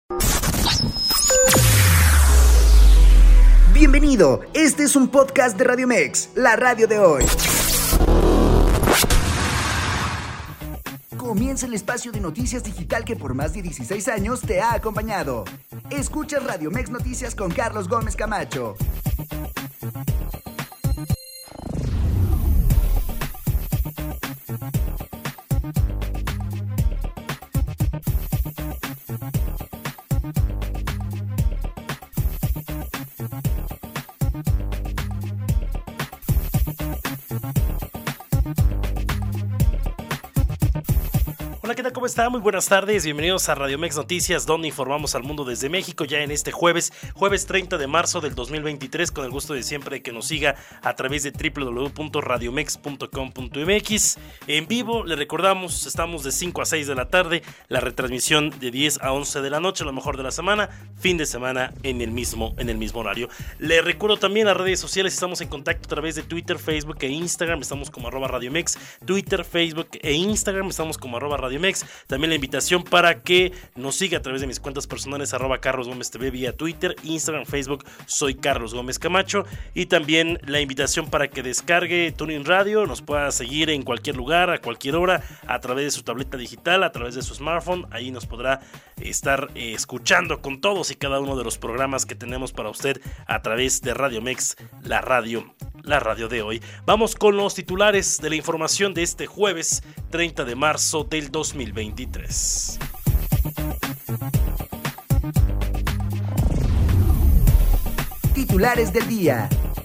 Bienvenido, este es un podcast de Radio Mex, la radio de hoy. Comienza el espacio de noticias digital que por más de 16 años te ha acompañado. Escucha Radio Mex Noticias con Carlos Gómez Camacho. Hola, ¿qué tal? ¿Cómo está? Muy buenas tardes, bienvenidos a Radio Mex Noticias, donde informamos al mundo desde México, ya en este jueves 30 de marzo del 2023, con el gusto de siempre que nos siga a través de www.radiomex.com.mx. En vivo, le recordamos, estamos de 5 a 6 de la tarde, la retransmisión de 10 a 11 de la noche, lo mejor de la semana, fin de semana en el mismo horario. Le recuerdo también las redes sociales, estamos en contacto a través de Twitter, Facebook e Instagram, estamos como @radiomex, Twitter, Facebook e Instagram, estamos como @radiomex. También la invitación para que nos siga a través de mis cuentas personales @Carlos Gómez TV vía Twitter, Instagram, Facebook, soy Carlos Gómez Camacho, y también la invitación para que descargue TuneIn Radio, nos pueda seguir en cualquier lugar, a cualquier hora, a través de su tableta digital, a través de su smartphone, ahí nos podrá estar escuchando con todos y cada uno de los programas que tenemos para usted a través de Radio Mex, la radio de hoy. Vamos con los titulares de la información de este jueves 30 de marzo del 2023. Titulares del día.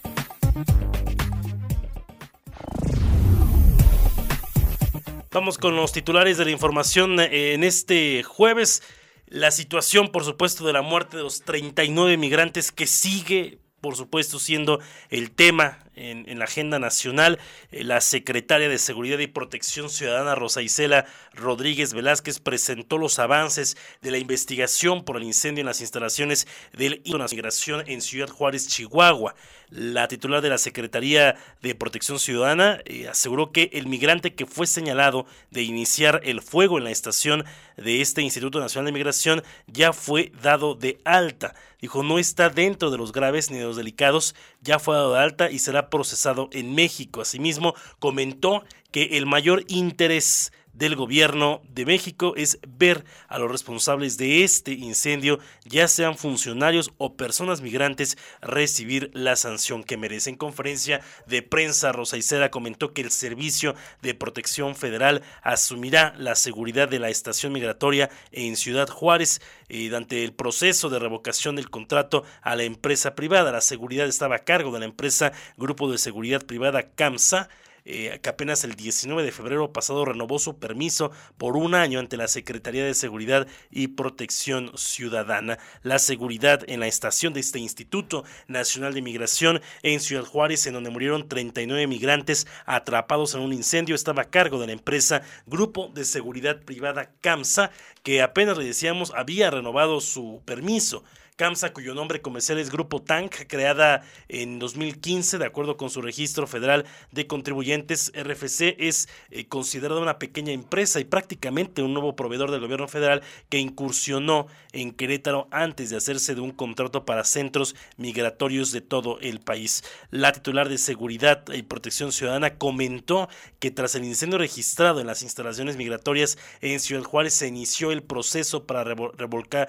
Vamos con los titulares de la información en este jueves. La situación, por supuesto, de la muerte de los 39 migrantes que sigue, por supuesto, siendo el tema en la agenda nacional. La secretaria de Seguridad y Protección Ciudadana, Rosa Isela Rodríguez Velázquez, presentó los avances de la investigación por el incendio en las instalaciones del Instituto Nacional de Migración en Ciudad Juárez, Chihuahua. La titular de la Secretaría de Protección Ciudadana aseguró que el migrante que fue señalado de iniciar el fuego en la estación de este Instituto Nacional de Migración ya fue dado de alta. Dijo, no está dentro de los graves ni de los delicados, ya fue dado de alta y será procesado en México. Asimismo, comentó que el mayor interés del gobierno de México es ver a los responsables de este incendio, ya sean funcionarios o personas migrantes, recibir la sanción que merecen. En conferencia de prensa, Rosa Isela comentó que el Servicio de Protección Federal asumirá la seguridad de la estación migratoria en Ciudad Juárez ante el proceso de revocación del contrato a la empresa privada. La seguridad estaba a cargo de la empresa Grupo de Seguridad Privada CAMSA, que apenas el 19 de febrero pasado renovó su permiso por un año ante la Secretaría de Seguridad y Protección Ciudadana. La seguridad en la estación de este Instituto Nacional de Migración en Ciudad Juárez, en donde murieron 39 migrantes atrapados en un incendio, estaba a cargo de la empresa Grupo de Seguridad Privada CAMSA, que apenas le decíamos había renovado su permiso. CAMSA, cuyo nombre comercial es Grupo Tank, creada en 2015, de acuerdo con su registro federal de contribuyentes, RFC, es considerada una pequeña empresa y prácticamente un nuevo proveedor del gobierno federal que incursionó en Querétaro antes de hacerse de un contrato para centros migratorios de todo el país. La titular de Seguridad y Protección Ciudadana comentó que tras el incendio registrado en las instalaciones migratorias en Ciudad Juárez se inició el proceso para revocar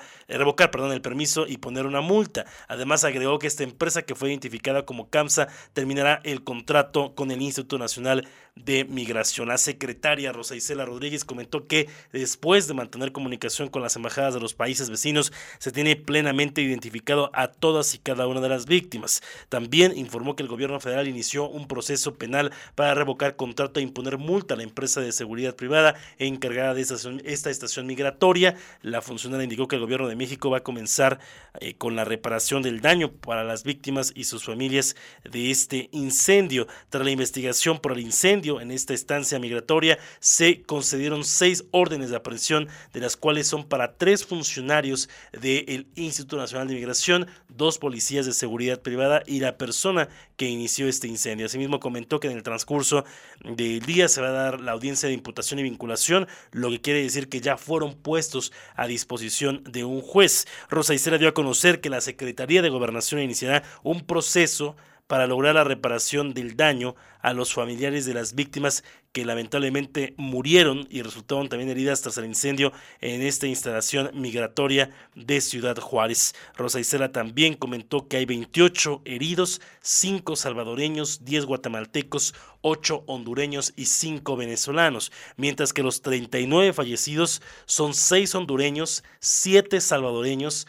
el permiso y poner una multa. Además, agregó que esta empresa, que fue identificada como CAMSA, terminará el contrato con el Instituto Nacional de Migración. La secretaria Rosa Isela Rodríguez comentó que después de mantener comunicación con las embajadas de los países vecinos, se tiene plenamente identificado a todas y cada una de las víctimas. También informó que el gobierno federal inició un proceso penal para revocar contrato e imponer multa a la empresa de seguridad privada encargada de esta estación migratoria. La funcionaria indicó que el gobierno de México va a comenzar con la reparación del daño para las víctimas y sus familias de este incendio. Tras la investigación por el incendio en esta estancia migratoria, se concedieron 6 órdenes de aprehensión, de las cuales son para 3 funcionarios del Instituto Nacional de Migración, 2 policías de seguridad privada y la persona que inició este incendio. Asimismo, comentó que en el transcurso del día se va a dar la audiencia de imputación y vinculación, lo que quiere decir que ya fueron puestos a disposición de un juez. Rosa Isela dio a conocer que la Secretaría de Gobernación iniciará un proceso para lograr la reparación del daño a los familiares de las víctimas que lamentablemente murieron y resultaron también heridas tras el incendio en esta instalación migratoria de Ciudad Juárez. Rosa Isela también comentó que hay 28 heridos, 5 salvadoreños, 10 guatemaltecos, 8 hondureños y 5 venezolanos, mientras que los 39 fallecidos son 6 hondureños, 7 salvadoreños,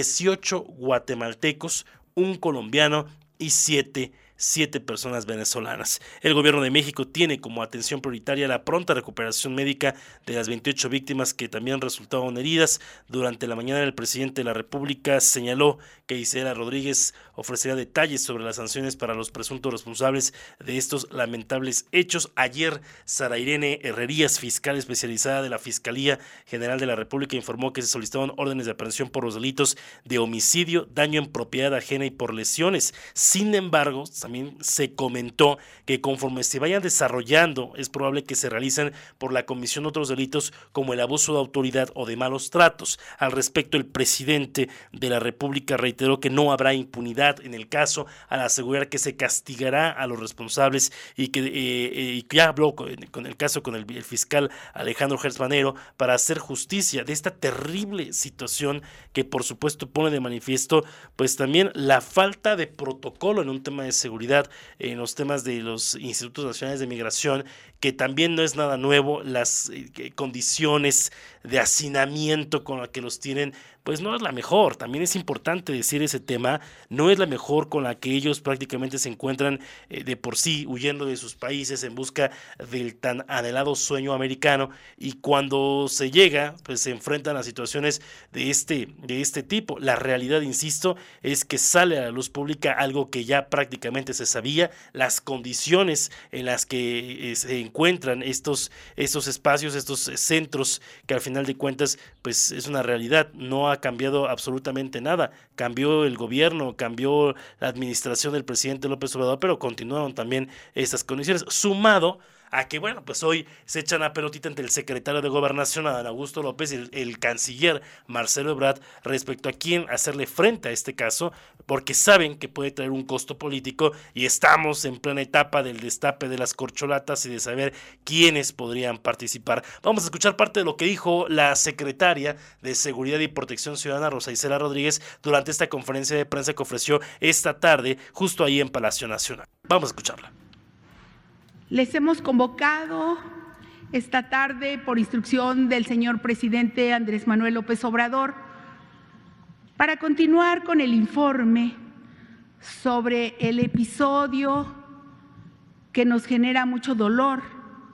18 guatemaltecos, un colombiano y siete personas venezolanas. El gobierno de México tiene como atención prioritaria la pronta recuperación médica de las 28 víctimas que también resultaron heridas. Durante la mañana el presidente de la República señaló que Isela Rodríguez ofrecerá detalles sobre las sanciones para los presuntos responsables de estos lamentables hechos. Ayer, Sara Irene Herrerías, fiscal especializada de la Fiscalía General de la República, informó que se solicitaron órdenes de aprehensión por los delitos de homicidio, daño en propiedad ajena y por lesiones. Sin embargo, también se comentó que conforme se vayan desarrollando, es probable que se realicen por la comisión otros delitos como el abuso de autoridad o de malos tratos. Al respecto, el presidente de la República reiteró que no habrá impunidad en el caso, al asegurar que se castigará a los responsables y que ya habló con el fiscal Alejandro Gertz Manero para hacer justicia de esta terrible situación que por supuesto pone de manifiesto pues también la falta de protocolo en un tema de seguridad, en los temas de los institutos nacionales de migración, que también no es nada nuevo. Las condiciones de hacinamiento con las que los tienen pues no es la mejor. También es importante decir ese tema, no es la mejor con la que ellos prácticamente se encuentran de por sí huyendo de sus países en busca del tan anhelado sueño americano, y cuando se llega pues se enfrentan a situaciones de este tipo. La realidad, insisto, es que sale a la luz pública algo que ya prácticamente se sabía, las condiciones en las que se encuentran estos espacios, estos centros, que al final de cuentas pues es una realidad. No ha cambiado absolutamente nada, cambió el gobierno, cambió la administración del presidente López Obrador, pero continuaron también estas condiciones, sumado a que, bueno, pues hoy se echan la pelotita entre el secretario de Gobernación, Adán Augusto López, y el canciller Marcelo Ebrard respecto a quién hacerle frente a este caso, porque saben que puede traer un costo político y estamos en plena etapa del destape de las corcholatas y de saber quiénes podrían participar. Vamos a escuchar parte de lo que dijo la secretaria de Seguridad y Protección Ciudadana, Rosa Isela Rodríguez, durante esta conferencia de prensa que ofreció esta tarde justo ahí en Palacio Nacional. Vamos a escucharla. Les hemos convocado esta tarde por instrucción del señor presidente Andrés Manuel López Obrador para continuar con el informe sobre el episodio que nos genera mucho dolor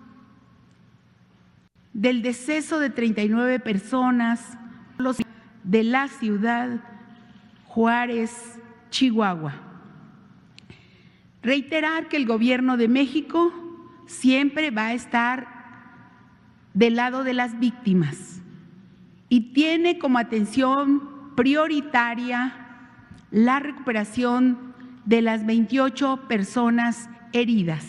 del deceso de 39 personas de la ciudad Juárez, Chihuahua. Reiterar que el gobierno de México siempre va a estar del lado de las víctimas y tiene como atención prioritaria la recuperación de las 28 personas heridas.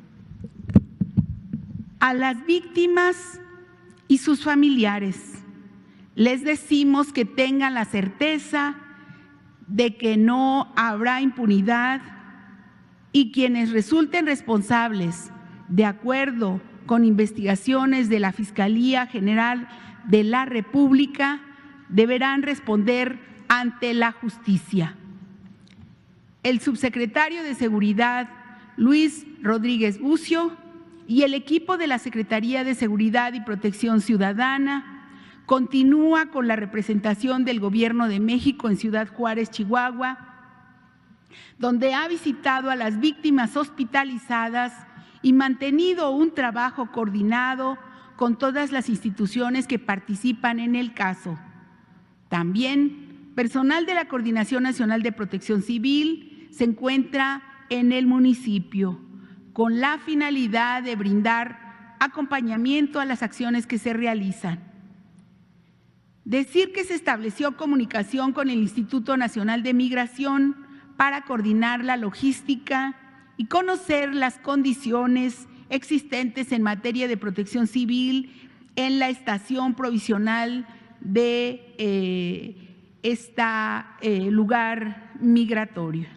A las víctimas y sus familiares les decimos que tengan la certeza de que no habrá impunidad, y quienes resulten responsables, de acuerdo con investigaciones de la Fiscalía General de la República, deberán responder ante la justicia. El subsecretario de Seguridad, Luis Rodríguez Bucio, y el equipo de la Secretaría de Seguridad y Protección Ciudadana continúa con la representación del Gobierno de México en Ciudad Juárez, Chihuahua, donde ha visitado a las víctimas hospitalizadas y mantenido un trabajo coordinado con todas las instituciones que participan en el caso. También, personal de la Coordinación Nacional de Protección Civil se encuentra en el municipio con la finalidad de brindar acompañamiento a las acciones que se realizan. Decir que se estableció comunicación con el Instituto Nacional de Migración para coordinar la logística y conocer las condiciones existentes en materia de protección civil en la estación provisional de este lugar migratorio.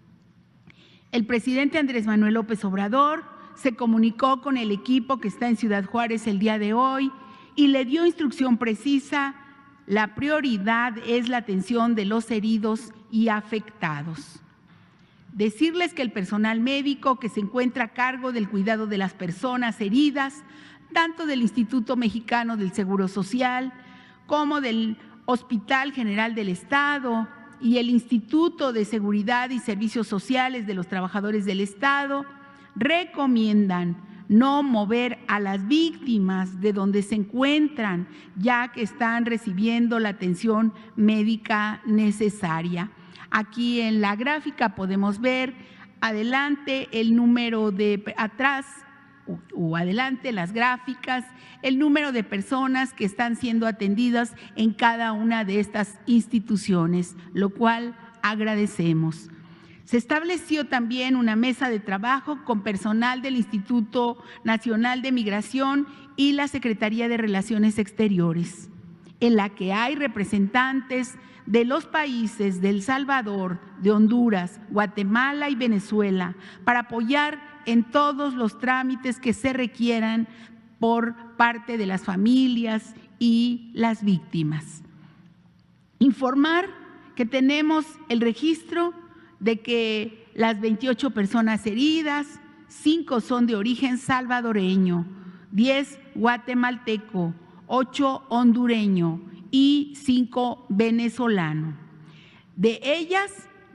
El presidente Andrés Manuel López Obrador se comunicó con el equipo que está en Ciudad Juárez el día de hoy y le dio instrucción precisa. La prioridad es la atención de los heridos y afectados. Decirles que el personal médico que se encuentra a cargo del cuidado de las personas heridas, tanto del Instituto Mexicano del Seguro Social como del Hospital General del Estado y el Instituto de Seguridad y Servicios Sociales de los Trabajadores del Estado, recomiendan no mover a las víctimas de donde se encuentran, ya que están recibiendo la atención médica necesaria. Aquí en la gráfica podemos ver adelante el número de atrás o adelante las gráficas, el número de personas que están siendo atendidas en cada una de estas instituciones, lo cual agradecemos. Se estableció también una mesa de trabajo con personal del Instituto Nacional de Migración y la Secretaría de Relaciones Exteriores, en la que hay representantes de los países de El Salvador, de Honduras, Guatemala y Venezuela, para apoyar en todos los trámites que se requieran por parte de las familias y las víctimas. Informar que tenemos el registro de que las 28 personas heridas, 5 son de origen salvadoreño, 10 guatemalteco, 8 hondureño y 5 venezolano. De ellas,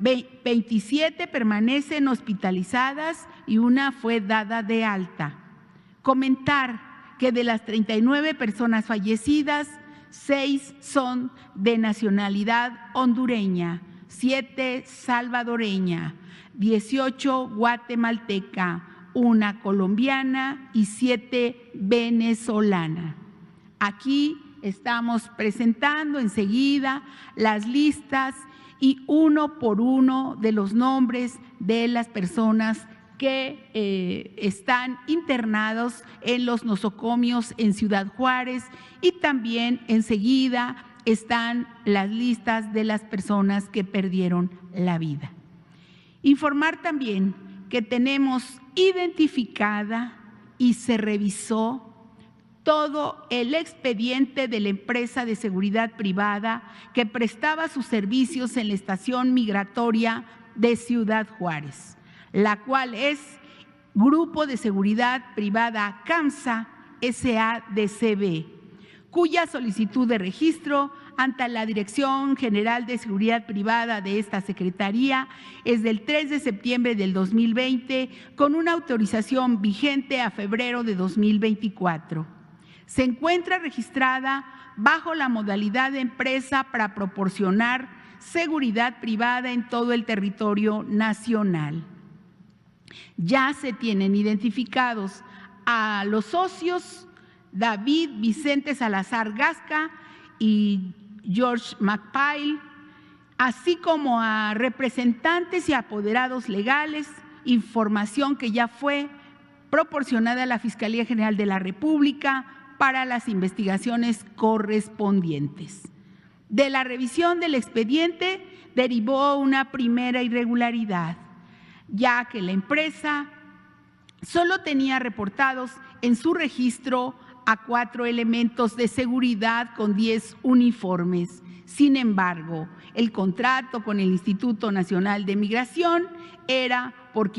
27 permanecen hospitalizadas y una fue dada de alta. Comentar que de las 39 personas fallecidas, 6 son de nacionalidad hondureña, 7 salvadoreña, 18 guatemalteca, 1 colombiana y 7 venezolana. Aquí estamos presentando enseguida las listas y uno por uno de los nombres de las personas que están internados en los nosocomios en Ciudad Juárez, y también enseguida están las listas de las personas que perdieron la vida. Informar también que tenemos identificada y se revisó todo el expediente de la empresa de seguridad privada que prestaba sus servicios en la estación migratoria de Ciudad Juárez, la cual es Grupo de Seguridad Privada CAMSA SADCB, cuya solicitud de registro ante la Dirección General de Seguridad Privada de esta Secretaría es del 3 de septiembre del 2020, con una autorización vigente a febrero de 2024. Se encuentra registrada bajo la modalidad de empresa para proporcionar seguridad privada en todo el territorio nacional. Ya se tienen identificados a los socios David Vicente Salazar Gasca y George McPhail, así como a representantes y apoderados legales, información que ya fue proporcionada a la Fiscalía General de la República para las investigaciones correspondientes. De la revisión del expediente derivó una primera irregularidad, ya que la empresa solo tenía reportados en su registro a 4 elementos de seguridad con 10 uniformes. Sin embargo, el contrato con el Instituto Nacional de Migración era por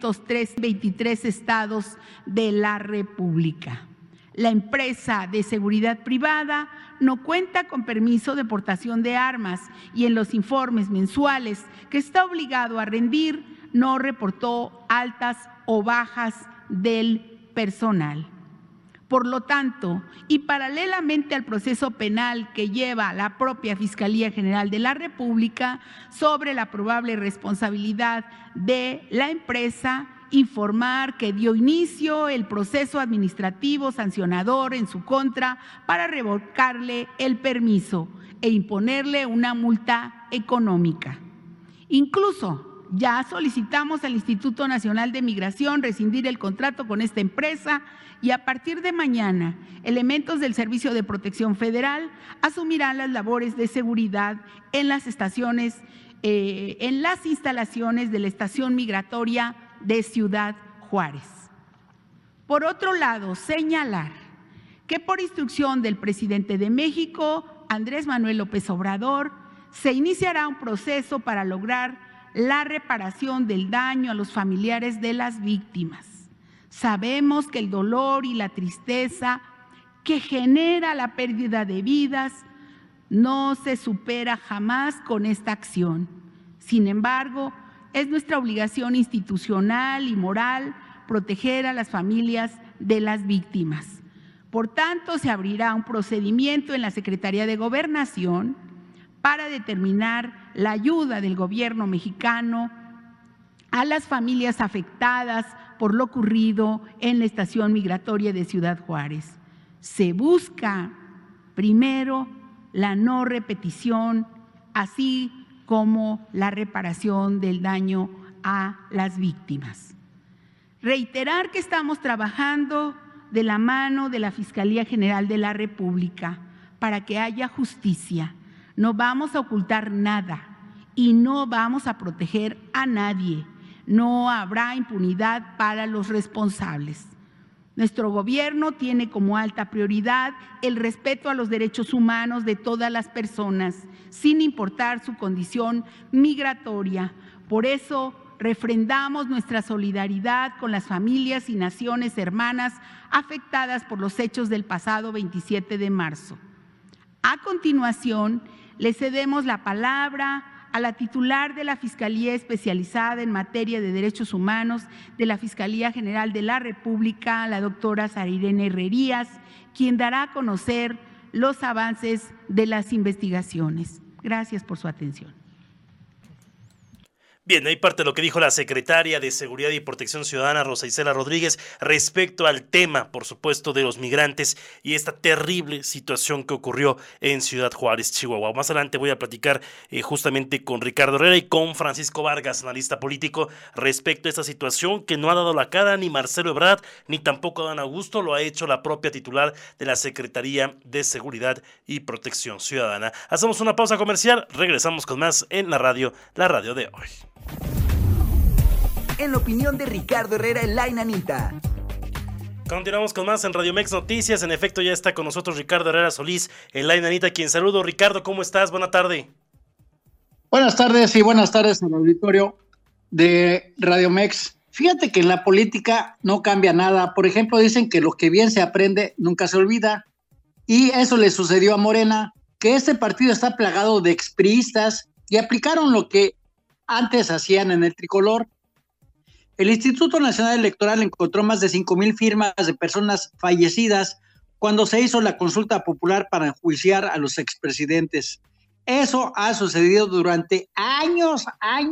523 estados de la República. La empresa de seguridad privada no cuenta con permiso de portación de armas y en los informes mensuales que está obligado a rendir no reportó altas o bajas del personal. Por lo tanto, y paralelamente al proceso penal que lleva la propia Fiscalía General de la República sobre la probable responsabilidad de la empresa, informar que dio inicio el proceso administrativo sancionador en su contra para revocarle el permiso e imponerle una multa económica. Incluso ya solicitamos al Instituto Nacional de Migración rescindir el contrato con esta empresa y a partir de mañana, elementos del Servicio de Protección Federal asumirán las labores de seguridad en las estaciones, en las instalaciones de la estación migratoria de Ciudad Juárez. Por otro lado, señalar que por instrucción del presidente de México, Andrés Manuel López Obrador, se iniciará un proceso para lograr la reparación del daño a los familiares de las víctimas. Sabemos que el dolor y la tristeza que genera la pérdida de vidas no se supera jamás con esta acción. Sin embargo, es nuestra obligación institucional y moral proteger a las familias de las víctimas. Por tanto, se abrirá un procedimiento en la Secretaría de Gobernación para determinar la ayuda del gobierno mexicano a las familias afectadas por lo ocurrido en la estación migratoria de Ciudad Juárez. Se busca, primero, la no repetición, así como la reparación del daño a las víctimas. Reiterar que estamos trabajando de la mano de la Fiscalía General de la República para que haya justicia. No vamos a ocultar nada y no vamos a proteger a nadie. No habrá impunidad para los responsables. Nuestro gobierno tiene como alta prioridad el respeto a los derechos humanos de todas las personas, sin importar su condición migratoria. Por eso, refrendamos nuestra solidaridad con las familias y naciones hermanas afectadas por los hechos del pasado 27 de marzo. A continuación, le cedemos la palabra a la titular de la Fiscalía Especializada en Materia de Derechos Humanos de la Fiscalía General de la República, la doctora Sara Irene Herrerías, quien dará a conocer los avances de las investigaciones. Gracias por su atención. Bien, ahí parte de lo que dijo la secretaria de Seguridad y Protección Ciudadana, Rosa Isela Rodríguez, respecto al tema, por supuesto, de los migrantes y esta terrible situación que ocurrió en Ciudad Juárez, Chihuahua. Más adelante voy a platicar justamente con Ricardo Herrera y con Francisco Vargas, analista político, respecto a esta situación que no ha dado la cara ni Marcelo Ebrard, ni tampoco Adán Augusto, lo ha hecho la propia titular de la Secretaría de Seguridad y Protección Ciudadana. Hacemos una pausa comercial, regresamos con más en la radio de hoy. En la opinión de Ricardo Herrera en La Inanita. Continuamos con más en Radio Mex Noticias. En efecto, ya está con nosotros Ricardo Herrera Solís en La Inanita, quien saludo. Ricardo, ¿cómo estás? Buena tarde. Buenas tardes y buenas tardes al auditorio de Radio Mex. Fíjate que en la política no cambia nada. Por ejemplo, dicen que lo que bien se aprende nunca se olvida. Y eso le sucedió a Morena, que este partido está plagado de expriistas y aplicaron lo que antes hacían en el tricolor. El Instituto Nacional Electoral encontró más de 5,000 firmas de personas fallecidas cuando se hizo la consulta popular para enjuiciar a los expresidentes. Eso ha sucedido durante años.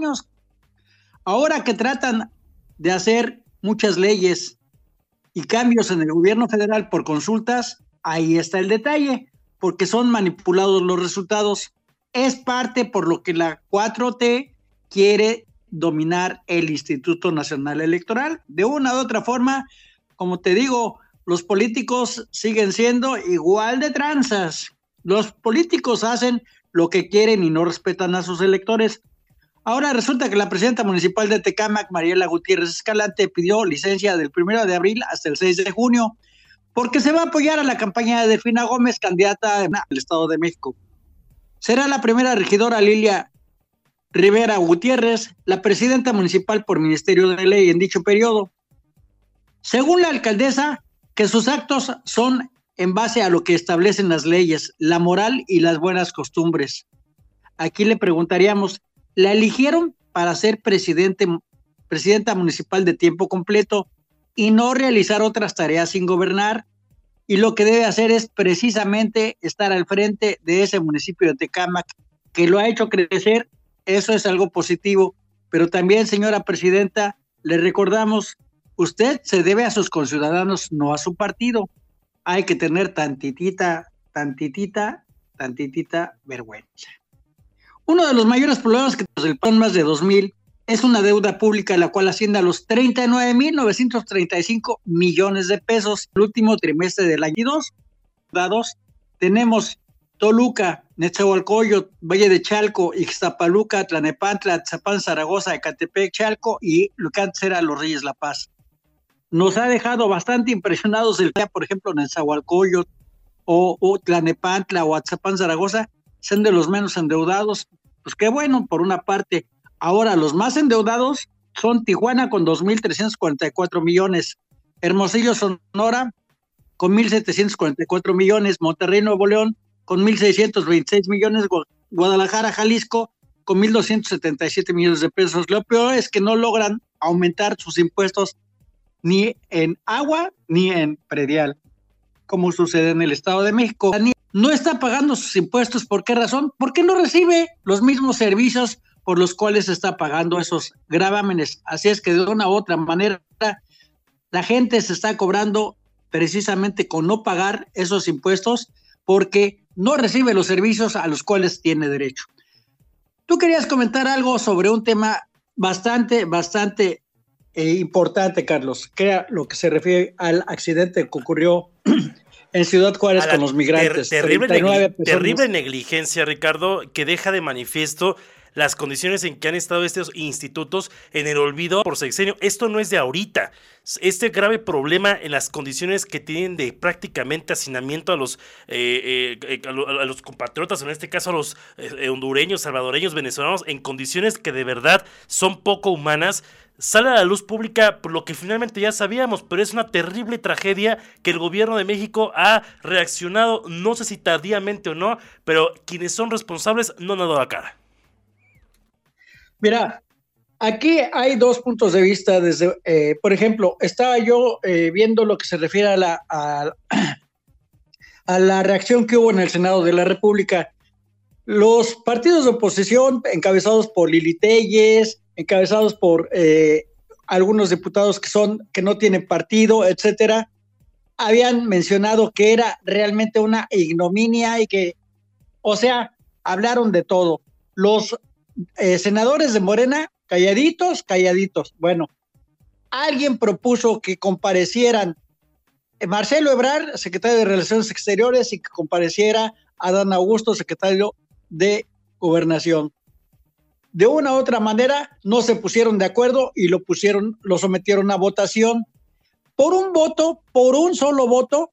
Ahora que tratan de hacer muchas leyes y cambios en el gobierno federal por consultas, ahí está el detalle, porque son manipulados los resultados. Es parte por lo que la 4T quiere dominar el Instituto Nacional Electoral. De una u otra forma, como te digo, los políticos siguen siendo igual de tranzas. Los políticos hacen lo que quieren y no respetan a sus electores. Ahora resulta que la presidenta municipal de Tecámac, Mariela Gutiérrez Escalante, pidió licencia del 1 de abril hasta el 6 de junio porque se va a apoyar a la campaña de Delfina Gómez, candidata al Estado de México. Será la primera regidora Lilia Rivera Gutiérrez, la presidenta municipal por Ministerio de Ley en dicho periodo. Según la alcaldesa, que sus actos son en base a lo que establecen las leyes, la moral y las buenas costumbres. Aquí le preguntaríamos, ¿la eligieron para ser presidenta municipal de tiempo completo y no realizar otras tareas sin gobernar? Y lo que debe hacer es precisamente estar al frente de ese municipio de Tecámac, que lo ha hecho crecer. Eso es algo positivo, pero también, señora presidenta, le recordamos, usted se debe a sus conciudadanos, no a su partido. Hay que tener tantitita vergüenza. Uno de los mayores problemas que nos el PAN más de 2000 es una deuda pública la cual asciende a los 39,935 millones de pesos. El último trimestre del año 2, dados, tenemos Toluca, Nezahualcóyotl, Valle de Chalco, Ixtapaluca, Tlanepantla, Atzapán, Zaragoza, Ecatepec, Chalco y lo que antes era Los Reyes La Paz. Nos ha dejado bastante impresionados por ejemplo, Nezahualcóyotl o Tlanepantla o Atzapán, Zaragoza, son de los menos endeudados. Pues qué bueno, por una parte. Ahora, los más endeudados son Tijuana con 2,344 millones, Hermosillo, Sonora con 1,744 millones, Monterrey, Nuevo León con 1,626 millones, Guadalajara, Jalisco con 1,277 millones de pesos. Lo peor es que no logran aumentar sus impuestos ni en agua ni en predial, como sucede en el Estado de México. No está pagando sus impuestos. ¿Por qué razón? Porque no recibe los mismos servicios por los cuales está pagando esos gravámenes. Así es que de una u otra manera la gente se está cobrando precisamente con no pagar esos impuestos porque no recibe los servicios a los cuales tiene derecho. Tú querías comentar algo sobre un tema bastante importante, Carlos, que era lo que se refiere al accidente que ocurrió en Ciudad Juárez con los migrantes. Terrible negligencia, Ricardo, que deja de manifiesto las condiciones en que han estado estos institutos en el olvido por sexenio. Esto no es de ahorita. Este grave problema en las condiciones que tienen de prácticamente hacinamiento a los compatriotas, en este caso a los hondureños, salvadoreños, venezolanos, en condiciones que de verdad son poco humanas, sale a la luz pública por lo que finalmente ya sabíamos, pero es una terrible tragedia que el gobierno de México ha reaccionado, no sé si tardíamente o no, pero quienes son responsables no han dado la cara. Mira, aquí hay dos puntos de vista. Por ejemplo, estaba yo viendo lo que se refiere a la reacción que hubo en el Senado de la República. Los partidos de oposición, encabezados por Lili Téllez, encabezados por algunos diputados que no tienen partido, etcétera, habían mencionado que era realmente una ignominia y que, o sea, hablaron de todo. Los senadores de Morena, calladitos. Bueno, alguien propuso que comparecieran Marcelo Ebrard, secretario de Relaciones Exteriores, y que compareciera Adán Augusto, secretario de Gobernación. De una u otra manera no se pusieron de acuerdo y lo sometieron a votación. Por un solo voto,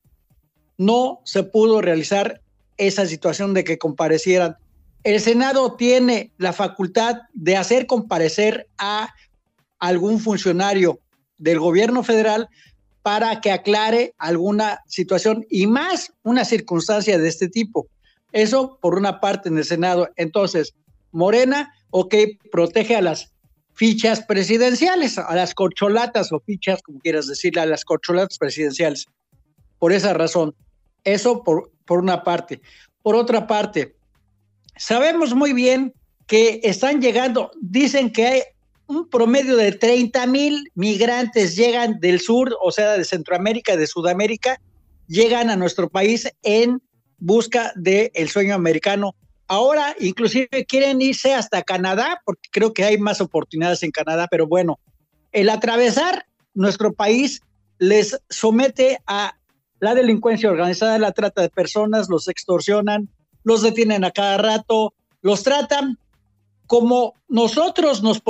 no se pudo realizar esa situación de que comparecieran. El Senado tiene la facultad de hacer comparecer a algún funcionario del gobierno federal para que aclare alguna situación y más una circunstancia de este tipo. Eso por una parte en el Senado. Entonces, Morena, protege a las fichas presidenciales, a las corcholatas o fichas, como quieras decirle, a las corcholatas presidenciales. Por esa razón. Eso por una parte. Por otra parte, sabemos muy bien que están llegando, dicen que hay un promedio de 30,000 migrantes llegan del sur, o sea, de Centroamérica, de Sudamérica, llegan a nuestro país en busca del sueño americano. Ahora, inclusive quieren irse hasta Canadá, porque creo que hay más oportunidades en Canadá, pero bueno, el atravesar nuestro país les somete a la delincuencia organizada, la trata de personas, los extorsionan, los detienen a cada rato, los tratan como nosotros nos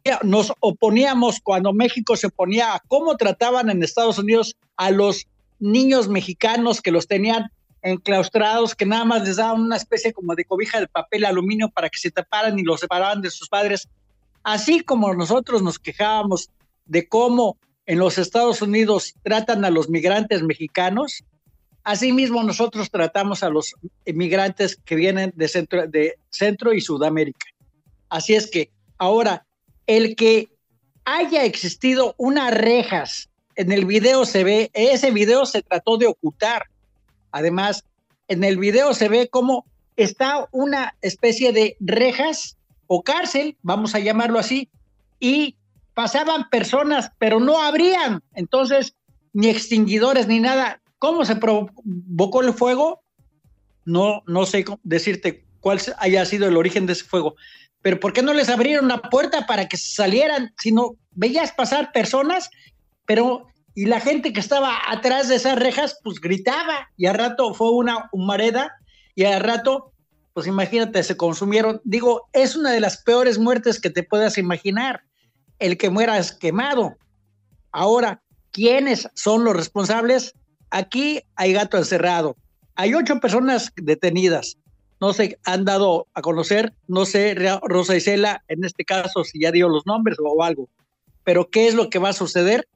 oponíamos cuando México se oponía a cómo trataban en Estados Unidos a los niños mexicanos que los tenían enclaustrados, que nada más les daban una especie como de cobija de papel aluminio para que se taparan y los separaban de sus padres. Así como nosotros nos quejábamos de cómo en los Estados Unidos tratan a los migrantes mexicanos, asimismo nosotros tratamos a los inmigrantes que vienen de Centro y Sudamérica. Así es que ahora, el que haya existido unas rejas, en el video se ve, ese video se trató de ocultar. Además, en el video se ve cómo está una especie de rejas o cárcel, vamos a llamarlo así, y pasaban personas, pero no abrían. Entonces, ni extinguidores ni nada. ¿Cómo se provocó el fuego? No sé decirte cuál haya sido el origen de ese fuego. pero ¿por qué no les abrieron la puerta para que salieran? Si no, veías pasar personas, pero y la gente que estaba atrás de esas rejas, pues gritaba, y al rato fue una humareda, y al rato, pues imagínate, se consumieron. Digo, es una de las peores muertes que te puedas imaginar, el que mueras quemado. Ahora, ¿quiénes son los responsables? Aquí hay gato encerrado. Hay 8 personas detenidas. No se han dado a conocer, no sé, Rosa Isela, en este caso, si ya dio los nombres o algo. Pero ¿qué es lo que va a suceder?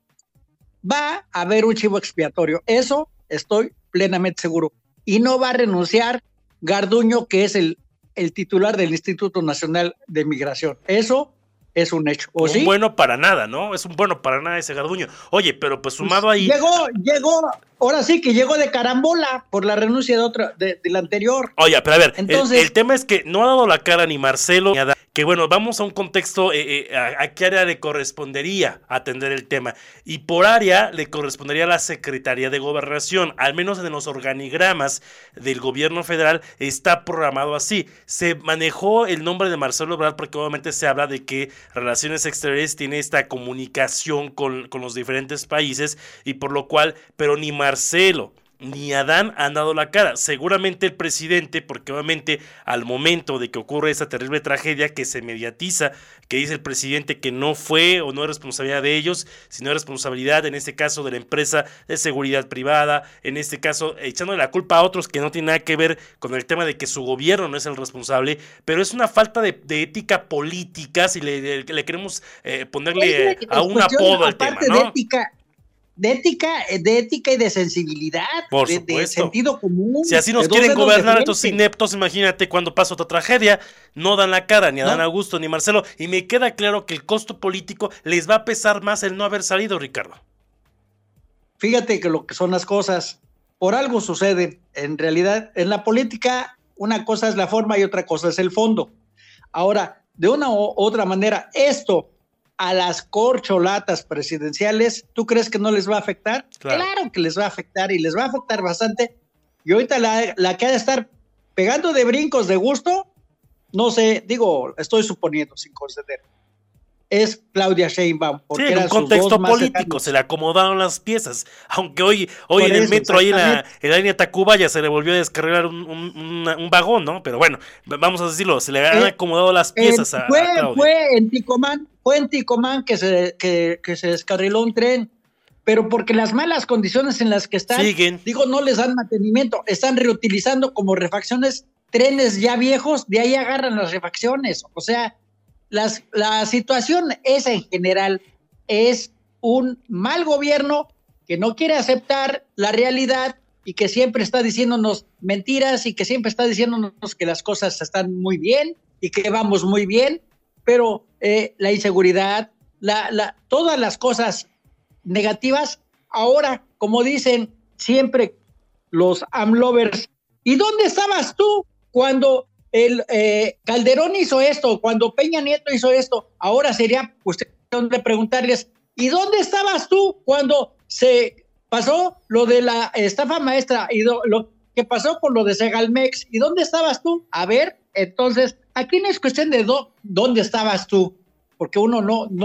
Va a haber un chivo expiatorio. Eso estoy plenamente seguro. Y no va a renunciar Garduño, que es el titular del Instituto Nacional de Migración. Eso es un hecho. ¿O sí? Bueno para nada, ¿no? Es un bueno para nada ese Garduño. Oye, pero pues sumado ahí... Llegó, ahora sí que llegó de carambola por la renuncia del anterior. Oye, pero a ver, entonces, el tema es que no ha dado la cara ni Marcelo ni Adán. Que bueno, vamos a un contexto, a qué área le correspondería atender el tema. Y por área le correspondería a la Secretaría de Gobernación, al menos en los organigramas del gobierno federal está programado así. Se manejó el nombre de Marcelo Ebrard porque obviamente se habla de que Relaciones Exteriores tiene esta comunicación con los diferentes países y por lo cual, pero ni Marcelo ni Adán han dado la cara. Seguramente el presidente, porque obviamente al momento de que ocurre esa terrible tragedia que se mediatiza, que dice el presidente que no fue o no es responsabilidad de ellos, sino es responsabilidad en este caso de la empresa de seguridad privada, en este caso echándole la culpa a otros que no tienen nada que ver con el tema de que su gobierno no es el responsable, pero es una falta de ética política si le queremos ponerle a un apodo al tema, ¿no? De ética y de sensibilidad, de sentido común. Si así nos quieren gobernar estos ineptos, imagínate cuando pasa otra tragedia, no dan la cara ni a Dan Augusto ni Marcelo, y me queda claro que el costo político les va a pesar más el no haber salido, Ricardo. Fíjate que lo que son las cosas, por algo sucede. En realidad, en la política, una cosa es la forma y otra cosa es el fondo. Ahora, de una u otra manera, esto a las corcholatas presidenciales, ¿tú crees que no les va a afectar? Claro que les va a afectar y les va a afectar bastante. Y ahorita la que ha de estar pegando de brincos de gusto, no sé, digo, estoy suponiendo sin conceder, es Claudia Sheinbaum. Sí, en un contexto político, se le acomodaron las piezas. Aunque hoy en el metro, ahí en la línea Tacubaya, se le volvió a descarrilar un vagón, ¿no? Pero bueno, vamos a decirlo, se le han acomodado las piezas a Claudia. Fue en Ticomán que se descarriló un tren, pero porque las malas condiciones en las que están, no les dan mantenimiento, están reutilizando como refacciones trenes ya viejos, de ahí agarran las refacciones. O sea, la situación esa en general es un mal gobierno que no quiere aceptar la realidad y que siempre está diciéndonos mentiras y que siempre está diciéndonos que las cosas están muy bien y que vamos muy bien, pero la inseguridad, todas las cosas negativas, ahora, como dicen siempre los AMLovers, ¿y dónde estabas tú cuando el Calderón hizo esto, cuando Peña Nieto hizo esto? Ahora sería cuestión de preguntarles, ¿y dónde estabas tú cuando se pasó lo de la estafa maestra y lo que pasó con lo de Segalmex? ¿Y dónde estabas tú? A ver, entonces, aquí no es cuestión de dónde estabas tú, porque uno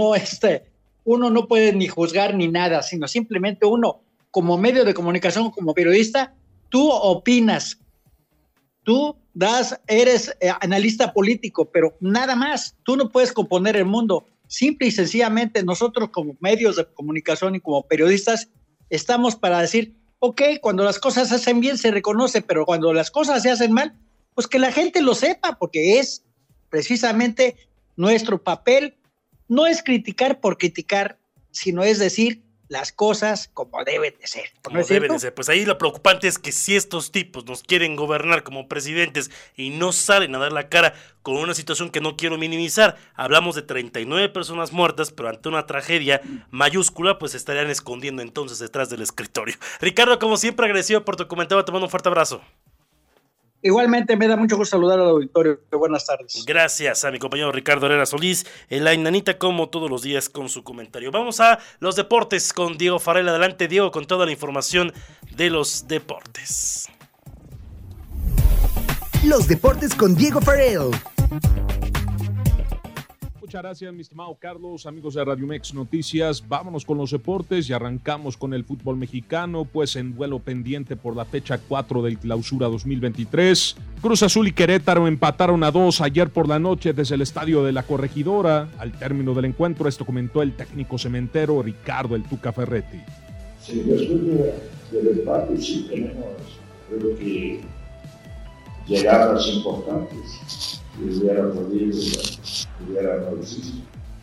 no puede ni juzgar ni nada, sino simplemente uno, como medio de comunicación, como periodista, tú opinas, tú eres analista político, pero nada más. Tú no puedes componer el mundo. Simple y sencillamente nosotros como medios de comunicación y como periodistas estamos para decir, ok, cuando las cosas se hacen bien se reconoce, pero cuando las cosas se hacen mal, pues que la gente lo sepa, porque es precisamente nuestro papel. No es criticar por criticar, sino es decir las cosas como deben de ser. Como deben de ser. Pues ahí lo preocupante es que si estos tipos nos quieren gobernar como presidentes y no salen a dar la cara con una situación que no quiero minimizar, hablamos de 39 personas muertas, pero ante una tragedia mayúscula, pues se estarían escondiendo entonces detrás del escritorio. Ricardo, como siempre, agradecido por tu comentario, te mando un fuerte abrazo. Igualmente, me da mucho gusto saludar al auditorio. Buenas tardes. Gracias a mi compañero Ricardo Herrera Solís, en la Inanita, como todos los días, con su comentario. Vamos a los deportes con Diego Farrell. Adelante, Diego, con toda la información de los deportes. Los deportes con Diego Farrell. Muchas gracias, mi estimado Carlos. Amigos de Radio Mex Noticias, vámonos con los deportes y arrancamos con el fútbol mexicano, pues en duelo pendiente por la fecha 4 del Clausura 2023. Cruz Azul y Querétaro empataron a 2 ayer por la noche desde el estadio de la Corregidora. Al término del encuentro, esto comentó el técnico cementero Ricardo El Tuca Ferretti. Sí, después del empate sí tenemos, creo que, llegadas importantes. Si hubiera podido, hubiéramos existido.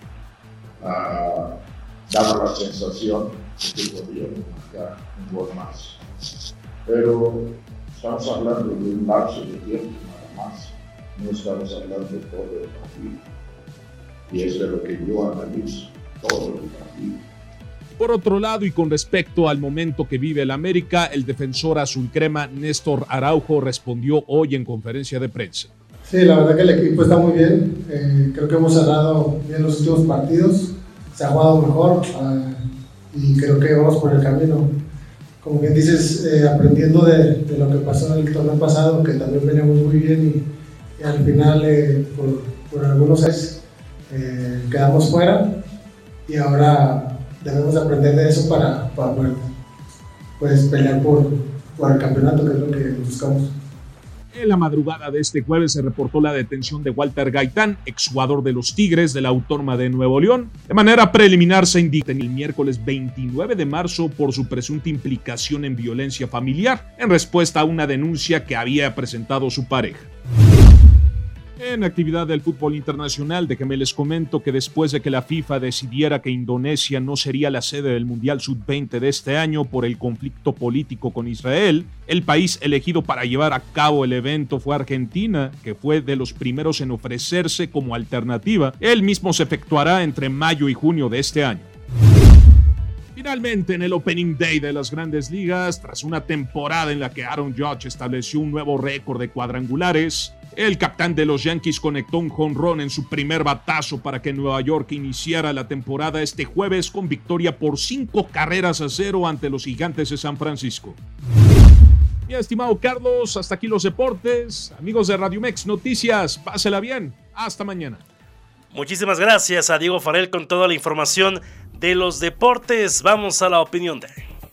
Daba la sensación de que podíamos marcar un gol más. Pero estamos hablando de un lapso de tiempo nada más. No estamos hablando de todo el partido. Y es de lo que yo analizo, todo el partido. Por otro lado, y con respecto al momento que vive el América, el defensor azulcrema Néstor Araujo respondió hoy en conferencia de prensa. Sí, la verdad que el equipo está muy bien. Creo que hemos cerrado bien los últimos partidos. Se ha jugado mejor y creo que vamos por el camino. Como bien dices, aprendiendo de lo que pasó en el torneo pasado, que también veníamos muy bien y al final por algunos años quedamos fuera y ahora debemos aprender de eso para poder pues, pelear por el campeonato, que es lo que buscamos. En la madrugada de este jueves se reportó la detención de Walter Gaitán, exjugador de los Tigres de la Autónoma de Nuevo León. De manera preliminar se indica el miércoles 29 de marzo por su presunta implicación en violencia familiar, en respuesta a una denuncia que había presentado su pareja. En actividad del fútbol internacional, déjenme les comento que después de que la FIFA decidiera que Indonesia no sería la sede del Mundial Sub-20 de este año por el conflicto político con Israel, el país elegido para llevar a cabo el evento fue Argentina, que fue de los primeros en ofrecerse como alternativa. El mismo se efectuará entre mayo y junio de este año. Finalmente, en el Opening Day de las Grandes Ligas, tras una temporada en la que Aaron Judge estableció un nuevo récord de cuadrangulares, el capitán de los Yankees conectó un jonrón en su primer batazo para que Nueva York iniciara la temporada este jueves con victoria por 5-0 ante los Gigantes de San Francisco. Mi estimado Carlos, hasta aquí los deportes. Amigos de Radio Mex Noticias, pásela bien. Hasta mañana. Muchísimas gracias a Diego Farel con toda la información de los deportes. Vamos a la opinión de...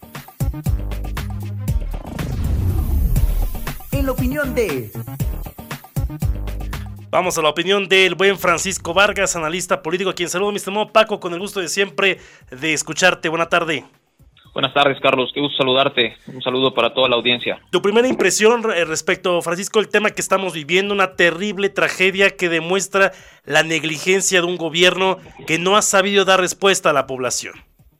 En la opinión de... Vamos a la opinión del buen Francisco Vargas, analista político, a quien saludo, mi estimado Paco, con el gusto de siempre de escucharte. Buena tarde. Buenas tardes, Carlos. Qué gusto saludarte. Un saludo para toda la audiencia. Tu primera impresión respecto, Francisco, al tema que estamos viviendo, una terrible tragedia que demuestra la negligencia de un gobierno que no ha sabido dar respuesta a la población.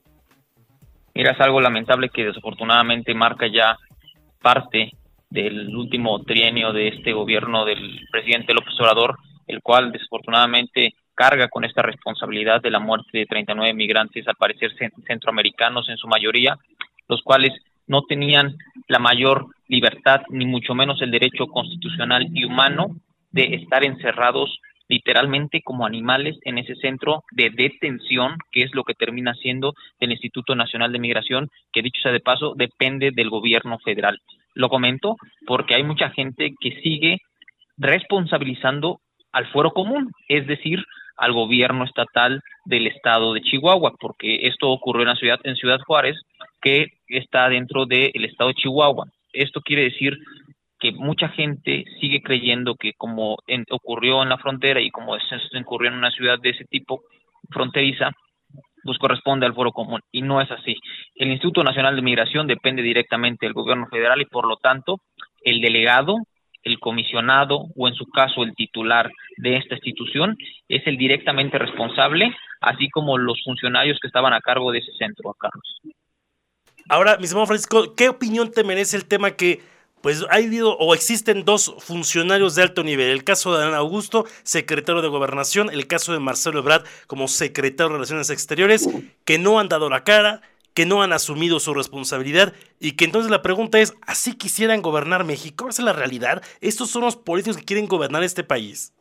Mira, es algo lamentable que desafortunadamente marca ya parte del último trienio de este gobierno del presidente López Obrador, el cual desafortunadamente carga con esta responsabilidad de la muerte de 39 migrantes, al parecer centroamericanos en su mayoría, los cuales no tenían la mayor libertad, ni mucho menos el derecho constitucional y humano de estar encerrados literalmente como animales en ese centro de detención, que es lo que termina siendo el Instituto Nacional de Migración, que dicho sea de paso, depende del gobierno federal. Lo comento porque hay mucha gente que sigue responsabilizando al fuero común, es decir, al gobierno estatal del estado de Chihuahua, porque esto ocurrió en Ciudad Juárez, que está dentro del estado de Chihuahua. Esto quiere decir que mucha gente sigue creyendo que como ocurrió en la frontera y como ocurrió en una ciudad de ese tipo fronteriza, pues corresponde al fuero común, y no es así. El Instituto Nacional de Migración depende directamente del gobierno federal y por lo tanto el delegado, el comisionado o en su caso el titular de esta institución es el directamente responsable, así como los funcionarios que estaban a cargo de ese centro, Carlos. Ahora, mi estimado Francisco, ¿qué opinión te merece el tema que pues ha habido o existen dos funcionarios de alto nivel? El caso de Adán Augusto, secretario de Gobernación, el caso de Marcelo Ebrard como secretario de Relaciones Exteriores, que no han dado la cara, que no han asumido su responsabilidad y que entonces la pregunta es, ¿así quisieran gobernar México? ¿Esa es la realidad? ¿Estos son los políticos que quieren gobernar este país?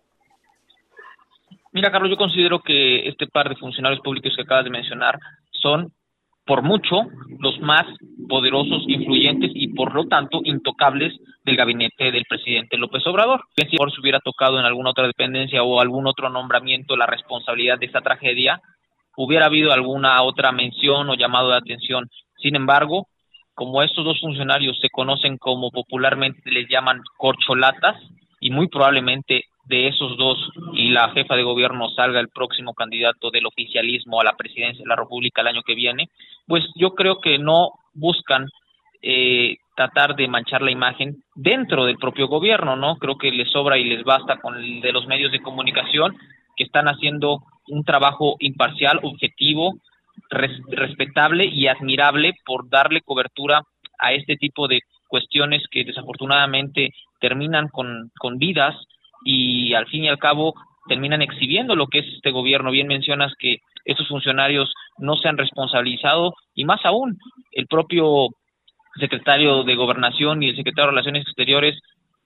Mira, Carlos, yo considero que este par de funcionarios públicos que acabas de mencionar son, por mucho, los más poderosos, influyentes y por lo tanto intocables del gabinete del presidente López Obrador. Si se hubiera tocado en alguna otra dependencia o algún otro nombramiento la responsabilidad de esta tragedia, hubiera habido alguna otra mención o llamado de atención. Sin embargo, como estos dos funcionarios se conocen como popularmente les llaman corcholatas, y muy probablemente de esos dos y la jefa de gobierno salga el próximo candidato del oficialismo a la presidencia de la República el año que viene, pues yo creo que no buscan tratar de manchar la imagen dentro del propio gobierno, ¿no? Creo que les sobra y les basta con el de los medios de comunicación, que están haciendo un trabajo imparcial, objetivo, respetable y admirable por darle cobertura a este tipo de cuestiones que desafortunadamente terminan con vidas y al fin y al cabo terminan exhibiendo lo que es este gobierno. Bien mencionas que estos funcionarios no se han responsabilizado y más aún el propio secretario de Gobernación y el secretario de Relaciones Exteriores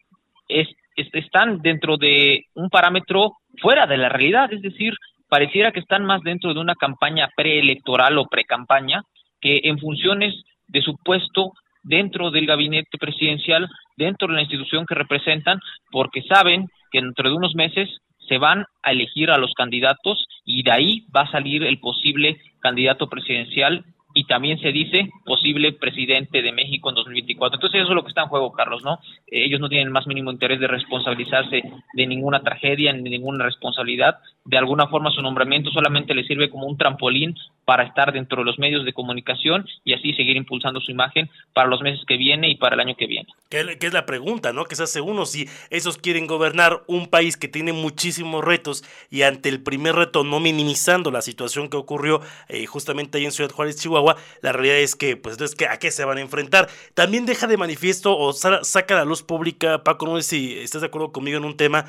están dentro de un parámetro fuera de la realidad, es decir, pareciera que están más dentro de una campaña preelectoral o precampaña que en funciones de su puesto dentro del gabinete presidencial, dentro de la institución que representan, porque saben que dentro de unos meses se van a elegir a los candidatos y de ahí va a salir el posible candidato presidencial y también se dice posible presidente de México en 2024. Entonces eso es lo que está en juego, Carlos, ¿no? Ellos no tienen el más mínimo interés de responsabilizarse de ninguna tragedia, ni de ninguna responsabilidad. De alguna forma su nombramiento solamente les sirve como un trampolín para estar dentro de los medios de comunicación y así seguir impulsando su imagen para los meses que viene y para el año que viene. Que es la pregunta, ¿no? Que se hace uno, si esos quieren gobernar un país que tiene muchísimos retos y ante el primer reto no minimizando la situación que ocurrió justamente ahí en Ciudad Juárez, Chihuahua, la realidad es que, pues, entonces, ¿a qué se van a enfrentar? También deja de manifiesto o saca a la luz pública, Paco, no sé si estás de acuerdo conmigo en un tema,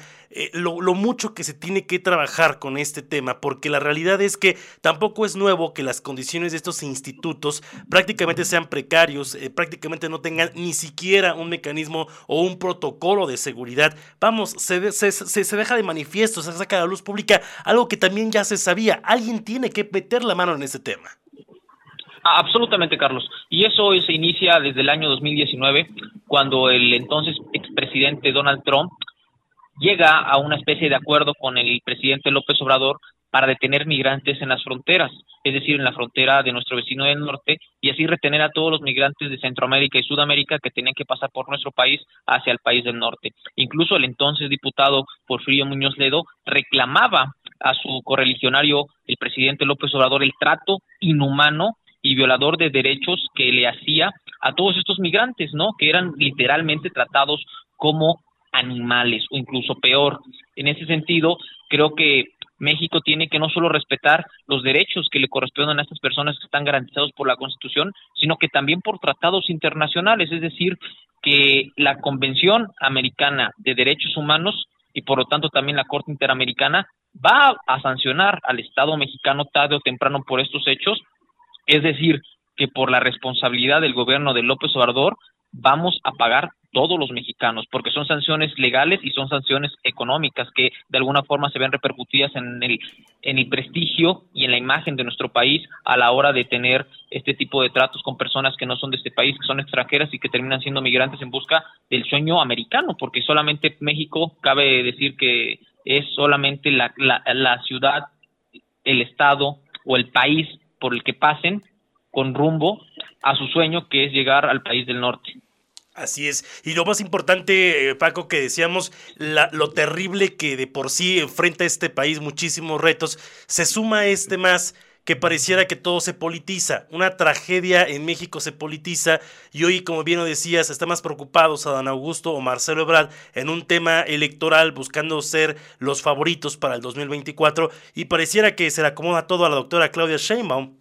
lo mucho que se tiene que trabajar con este tema, porque la realidad es que tampoco es nuevo que las condiciones de estos institutos prácticamente sean precarios, prácticamente no tengan ni siquiera un mecanismo o un protocolo de seguridad. Vamos, se deja de manifiesto, se saca a la luz pública algo que también ya se sabía. Alguien tiene que meter la mano en ese tema. Absolutamente, Carlos. Y eso se inicia desde el año 2019, cuando el entonces expresidente Donald Trump llega a una especie de acuerdo con el presidente López Obrador para detener migrantes en las fronteras, es decir, en la frontera de nuestro vecino del norte, y así retener a todos los migrantes de Centroamérica y Sudamérica que tenían que pasar por nuestro país hacia el país del norte. Incluso el entonces diputado Porfirio Muñoz Ledo reclamaba a su correligionario, el presidente López Obrador, el trato inhumano y violador de derechos que le hacía a todos estos migrantes, ¿no? Que eran literalmente tratados como animales o incluso peor. En ese sentido, creo que México tiene que no solo respetar los derechos que le corresponden a estas personas que están garantizados por la Constitución, sino que también por tratados internacionales, es decir, que la Convención Americana de Derechos Humanos y por lo tanto también la Corte Interamericana va a sancionar al Estado mexicano tarde o temprano por estos hechos. Es decir, que por la responsabilidad del gobierno de López Obrador vamos a pagar todos los mexicanos, porque son sanciones legales y son sanciones económicas que de alguna forma se ven repercutidas en el prestigio y en la imagen de nuestro país a la hora de tener este tipo de tratos con personas que no son de este país, que son extranjeras y que terminan siendo migrantes en busca del sueño americano, porque solamente México, cabe decir que es solamente la ciudad, el estado o el país por el que pasen con rumbo a su sueño, que es llegar al país del norte. Así es, y lo más importante, Paco, que decíamos, lo terrible que de por sí enfrenta este país, muchísimos retos, se suma más que pareciera que todo se politiza, una tragedia en México se politiza y hoy, como bien lo decías, están más preocupados Adán Augusto o Marcelo Ebrard en un tema electoral buscando ser los favoritos para el 2024 y pareciera que se le acomoda todo a la doctora Claudia Sheinbaum.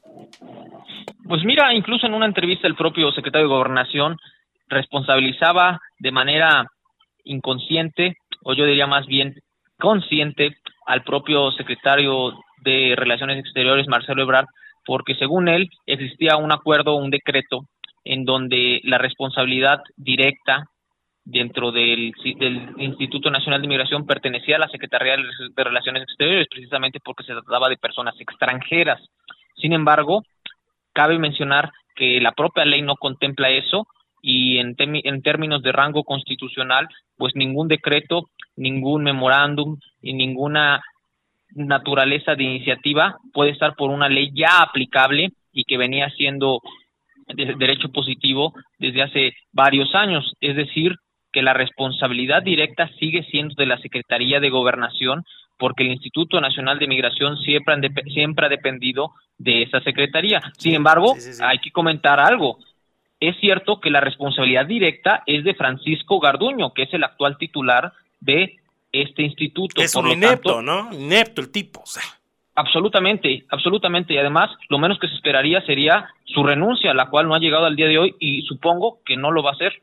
Pues mira, incluso en una entrevista el propio secretario de Gobernación responsabilizaba de manera inconsciente, o yo diría más bien consciente, al propio secretario de Relaciones Exteriores, Marcelo Ebrard, porque según él existía un acuerdo, un decreto, en donde la responsabilidad directa dentro del Instituto Nacional de Migración pertenecía a la Secretaría de Relaciones Exteriores, precisamente porque se trataba de personas extranjeras. Sin embargo, cabe mencionar que la propia ley no contempla eso, y en términos de rango constitucional, pues ningún decreto, ningún memorándum y ninguna naturaleza de iniciativa puede estar por una ley ya aplicable y que venía siendo de derecho positivo desde hace varios años. Es decir, que la responsabilidad directa sigue siendo de la Secretaría de Gobernación, porque el Instituto Nacional de Migración siempre ha dependido de esa secretaría. Sin embargo, hay que comentar algo. Es cierto que la responsabilidad directa es de Francisco Garduño, que es el actual titular de este instituto. Es un inepto, ¿no? Inepto el tipo, o sea. Absolutamente, y además lo menos que se esperaría sería su renuncia, la cual no ha llegado al día de hoy y supongo que no lo va a hacer.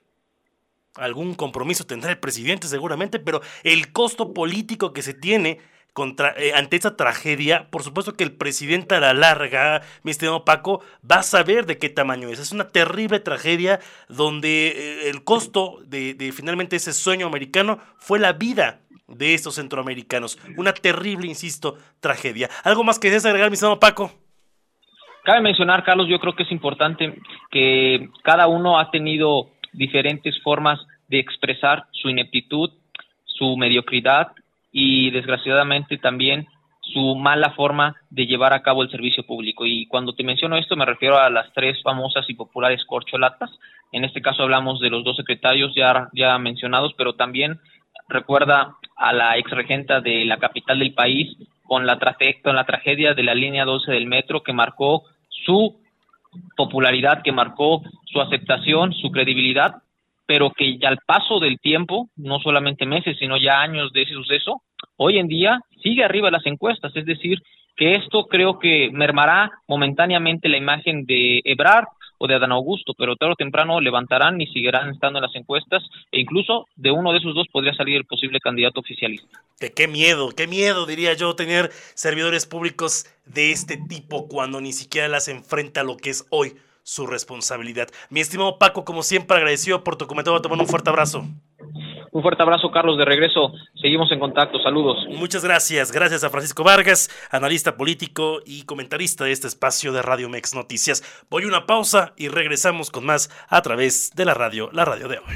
Algún compromiso tendrá el presidente seguramente, pero el costo político que se tiene ante esta tragedia, por supuesto que el presidente a la larga, mi estimado Paco, va a saber de qué tamaño es. Es una terrible tragedia donde el costo de finalmente ese sueño americano fue la vida de estos centroamericanos. Una terrible, insisto, tragedia. ¿Algo más que desees agregar, mi estimado Paco? Cabe mencionar, Carlos, yo creo que es importante que cada uno ha tenido diferentes formas de expresar su ineptitud, su mediocridad y desgraciadamente también su mala forma de llevar a cabo el servicio público. Y cuando te menciono esto me refiero a las 3 famosas y populares corcholatas. En este caso hablamos de los 2 secretarios ya mencionados, pero también recuerda a la exregenta de la capital del país con la tragedia de la línea 12 del metro, que marcó su popularidad, que marcó su aceptación, su credibilidad, pero que ya al paso del tiempo, no solamente meses, sino ya años de ese suceso, hoy en día sigue arriba de las encuestas. Es decir, que esto creo que mermará momentáneamente la imagen de Ebrard o de Adán Augusto, pero tarde o temprano levantarán y seguirán estando en las encuestas, e incluso de uno de esos dos podría salir el posible candidato oficialista. Qué miedo, diría yo, tener servidores públicos de este tipo cuando ni siquiera las enfrenta a lo que es hoy su responsabilidad. Mi estimado Paco, como siempre, agradecido por tu comentario. Te mando un fuerte abrazo. Un fuerte abrazo, Carlos, de regreso. Seguimos en contacto. Saludos. Muchas gracias. Gracias a Francisco Vargas, analista político y comentarista de este espacio de Radio Mex Noticias. Voy a una pausa y regresamos con más a través de la radio de hoy.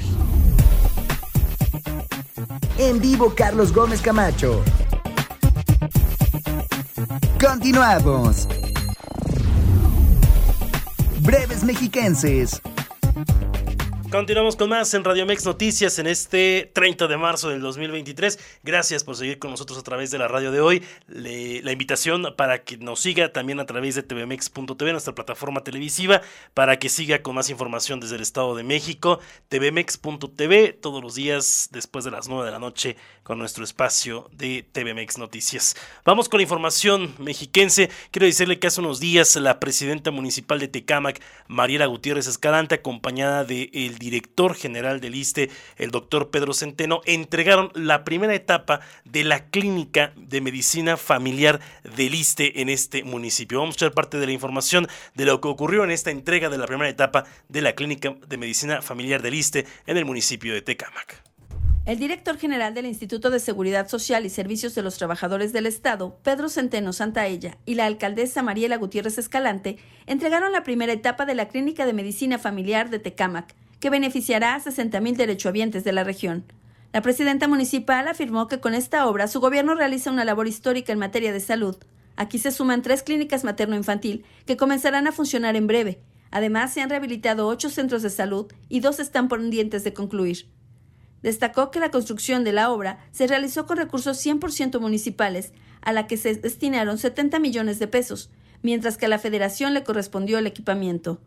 En vivo, Carlos Gómez Camacho. Continuamos. Breves mexiquenses. Continuamos con más en Radio Mex Noticias en este 30 de marzo del 2023. Gracias por seguir con nosotros a través de la radio de hoy. La invitación para que nos siga también a través de tvmex.tv, nuestra plataforma televisiva, para que siga con más información desde el Estado de México. tvmex.tv, todos los días después de las 9 de la noche con nuestro espacio de TVMex Noticias. Vamos con la información mexiquense. Quiero decirle que hace unos días la presidenta municipal de Tecámac, Mariela Gutiérrez Escalante, acompañada del director general del ISSSTE, el doctor Pedro Centeno, entregaron la primera etapa de la clínica de medicina familiar del ISSSTE en este municipio. Vamos a echar parte de la información de lo que ocurrió en esta entrega de la primera etapa de la clínica de medicina familiar del ISSSTE en el municipio de Tecámac. El director general del Instituto de Seguridad Social y Servicios de los Trabajadores del Estado, Pedro Centeno Santaella, y la alcaldesa Mariela Gutiérrez Escalante entregaron la primera etapa de la Clínica de Medicina Familiar de Tecámac, que beneficiará a 60,000 derechohabientes de la región. La presidenta municipal afirmó que con esta obra su gobierno realiza una labor histórica en materia de salud. Aquí se suman 3 clínicas materno-infantil que comenzarán a funcionar en breve. Además, se han rehabilitado 8 centros de salud y 2 están pendientes de concluir. Destacó que la construcción de la obra se realizó con recursos 100% municipales, a la que se destinaron 70 millones de pesos, mientras que a la Federación le correspondió el equipamiento.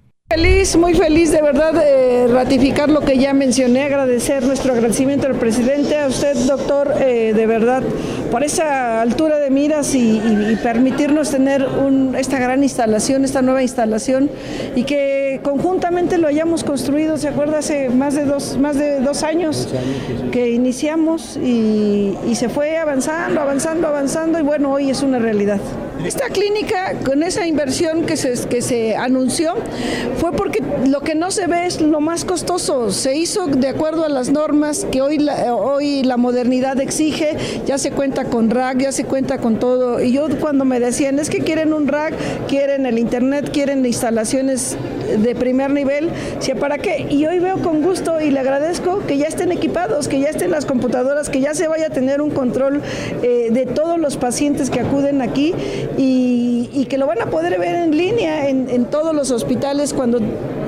Muy feliz de verdad ratificar lo que ya mencioné, agradecer nuestro agradecimiento al presidente, a usted doctor, de verdad, por esa altura de miras y permitirnos tener esta gran instalación, esta nueva instalación, y que conjuntamente lo hayamos construido. Se acuerda, hace más de dos años que iniciamos y se fue avanzando y bueno, hoy es una realidad. Esta clínica, con esa inversión que se anunció, fue porque lo que no se ve es lo más costoso. Se hizo de acuerdo a las normas que hoy la modernidad exige. Ya se cuenta con rack, ya se cuenta con todo. Y yo, cuando me decían, es que quieren un rack, quieren el internet, quieren instalaciones de primer nivel, ¿sí para qué? Y hoy veo con gusto y le agradezco que ya estén equipados, que ya estén las computadoras, que ya se vaya a tener un control de todos los pacientes que acuden aquí y que lo van a poder ver en línea en todos los hospitales cuando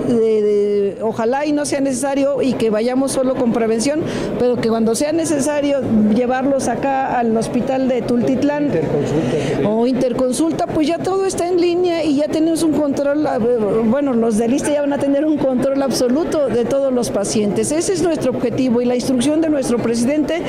ojalá y no sea necesario y que vayamos solo con prevención, pero que cuando sea necesario llevarlos acá al hospital de Tultitlán o Interconsulta, pues ya todo está en línea y ya tenemos un control, bueno, los del ISSSTE ya van a tener un control absoluto de todos los pacientes. Ese es nuestro objetivo y la instrucción de nuestro presidente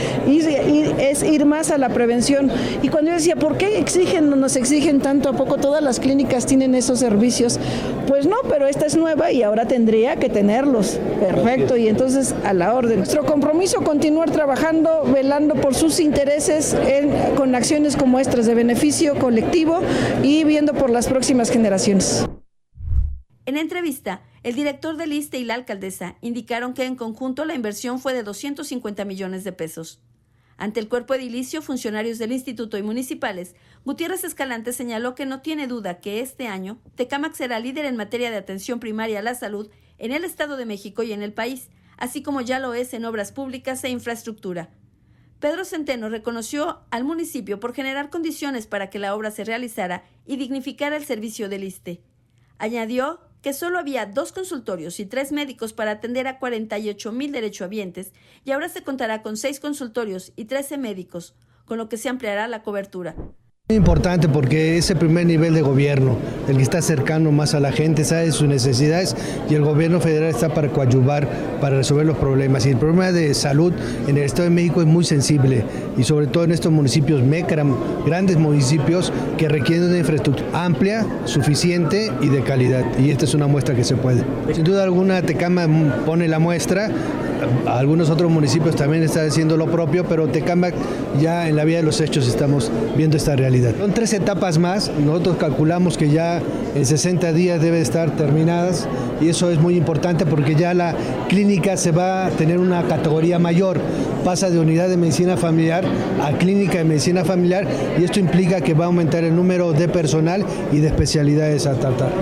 es ir más a la prevención. Y cuando yo decía, ¿por qué nos exigen tanto? ¿A poco todas las clínicas tienen esos servicios? Pues no, pero esta es nueva y ahora tendría que tenerlos. Perfecto, y entonces a la orden. Nuestro compromiso, continuar trabajando, velando por sus intereses con acciones como estas de beneficio colectivo y viendo por las próximas generaciones. En entrevista, el director del ISSSTE y la alcaldesa indicaron que en conjunto la inversión fue de 250 millones de pesos. Ante el cuerpo edilicio, funcionarios del instituto y municipales, Gutiérrez Escalante señaló que no tiene duda que este año Tecámac será líder en materia de atención primaria a la salud en el Estado de México y en el país, así como ya lo es en obras públicas e infraestructura. Pedro Centeno reconoció al municipio por generar condiciones para que la obra se realizara y dignificara el servicio del ISSSTE. Añadió que solo había 2 consultorios y 3 médicos para atender a 48,000 derechohabientes y ahora se contará con 6 consultorios y 13 médicos, con lo que se ampliará la cobertura. Muy importante porque es el primer nivel de gobierno, el que está cercano más a la gente, sabe sus necesidades y el gobierno federal está para coadyuvar, para resolver los problemas. Y el problema de salud en el Estado de México es muy sensible y sobre todo en estos municipios grandes municipios que requieren una infraestructura amplia, suficiente y de calidad. Y esta es una muestra que se puede. Sin duda alguna Tecámac pone la muestra. Algunos otros municipios también están haciendo lo propio, pero Tecámac ya en la vía de los hechos estamos viendo esta realidad. Son 3 etapas más, nosotros calculamos que ya en 60 días debe estar terminadas y eso es muy importante porque ya la clínica se va a tener una categoría mayor, pasa de unidad de medicina familiar a clínica de medicina familiar y esto implica que va a aumentar el número de personal y de especialidades a tratar.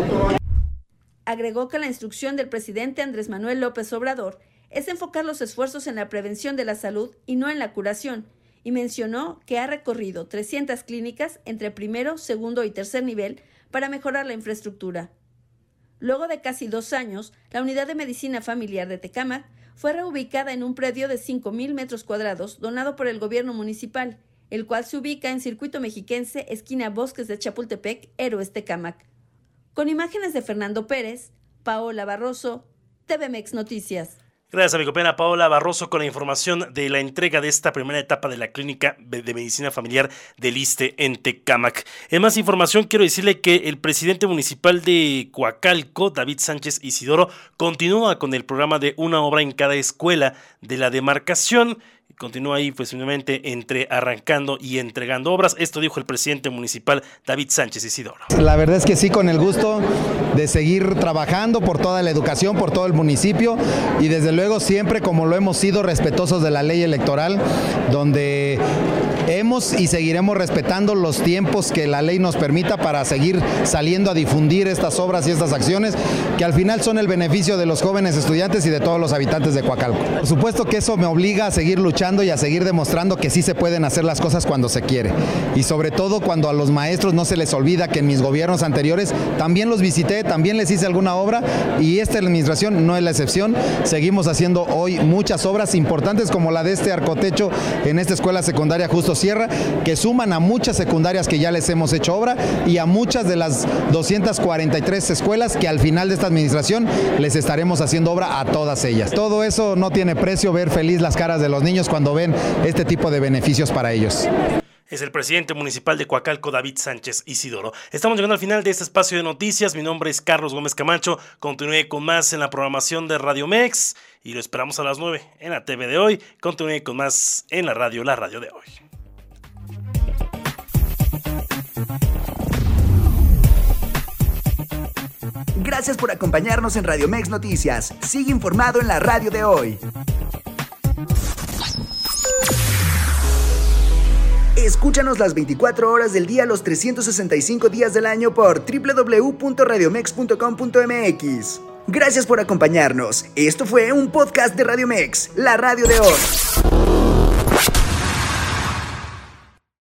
Agregó que la instrucción del presidente Andrés Manuel López Obrador es enfocar los esfuerzos en la prevención de la salud y no en la curación, y mencionó que ha recorrido 300 clínicas entre primero, segundo y tercer nivel para mejorar la infraestructura. Luego de casi 2 años, la unidad de medicina familiar de Tecámac fue reubicada en un predio de 5,000 metros cuadrados donado por el gobierno municipal, el cual se ubica en Circuito Mexiquense, esquina Bosques de Chapultepec, Héroes Tecámac. Con imágenes de Fernando Pérez, Paola Barroso, TVMex Noticias. Gracias a mi compañera Paola Barroso con la información de la entrega de esta primera etapa de la Clínica de Medicina Familiar del ISSSTE en Tecámac. En más información quiero decirle que el presidente municipal de Coacalco, David Sánchez Isidoro, continúa con el programa de una obra en cada escuela de la demarcación. Continúa ahí pues simplemente entre arrancando y entregando obras. Esto dijo el presidente municipal David Sánchez Isidoro. La verdad es que sí, con el gusto de seguir trabajando por toda la educación, por todo el municipio y desde luego siempre como lo hemos sido respetuosos de la ley electoral, donde hemos y seguiremos respetando los tiempos que la ley nos permita para seguir saliendo a difundir estas obras y estas acciones que al final son el beneficio de los jóvenes estudiantes y de todos los habitantes de Coacalco. Por supuesto que eso me obliga a seguir luchando y a seguir demostrando que sí se pueden hacer las cosas cuando se quiere y sobre todo cuando a los maestros no se les olvida que en mis gobiernos anteriores también los visité, también les hice alguna obra y esta administración no es la excepción. Seguimos haciendo hoy muchas obras importantes como la de este arcotecho en esta escuela secundaria Justo Sierra, que suman a muchas secundarias que ya les hemos hecho obra y a muchas de las 243 escuelas que al final de esta administración les estaremos haciendo obra a todas ellas. Todo eso no tiene precio, ver feliz las caras de los niños cuando ven este tipo de beneficios para ellos. Es el presidente municipal de Coacalco, David Sánchez Isidoro. Estamos llegando al final de este espacio de noticias. Mi nombre es Carlos Gómez Camacho. Continúe con más en la programación de Radio Mex y lo esperamos a las 9 en la TV de hoy. Continúe con más en la radio de hoy. Gracias por acompañarnos en Radio Mex Noticias. Sigue informado en la radio de hoy. Escúchanos las 24 horas del día, los 365 días del año por www.radiomex.com.mx. Gracias por acompañarnos. Esto fue un podcast de Radio Mex, la radio de hoy.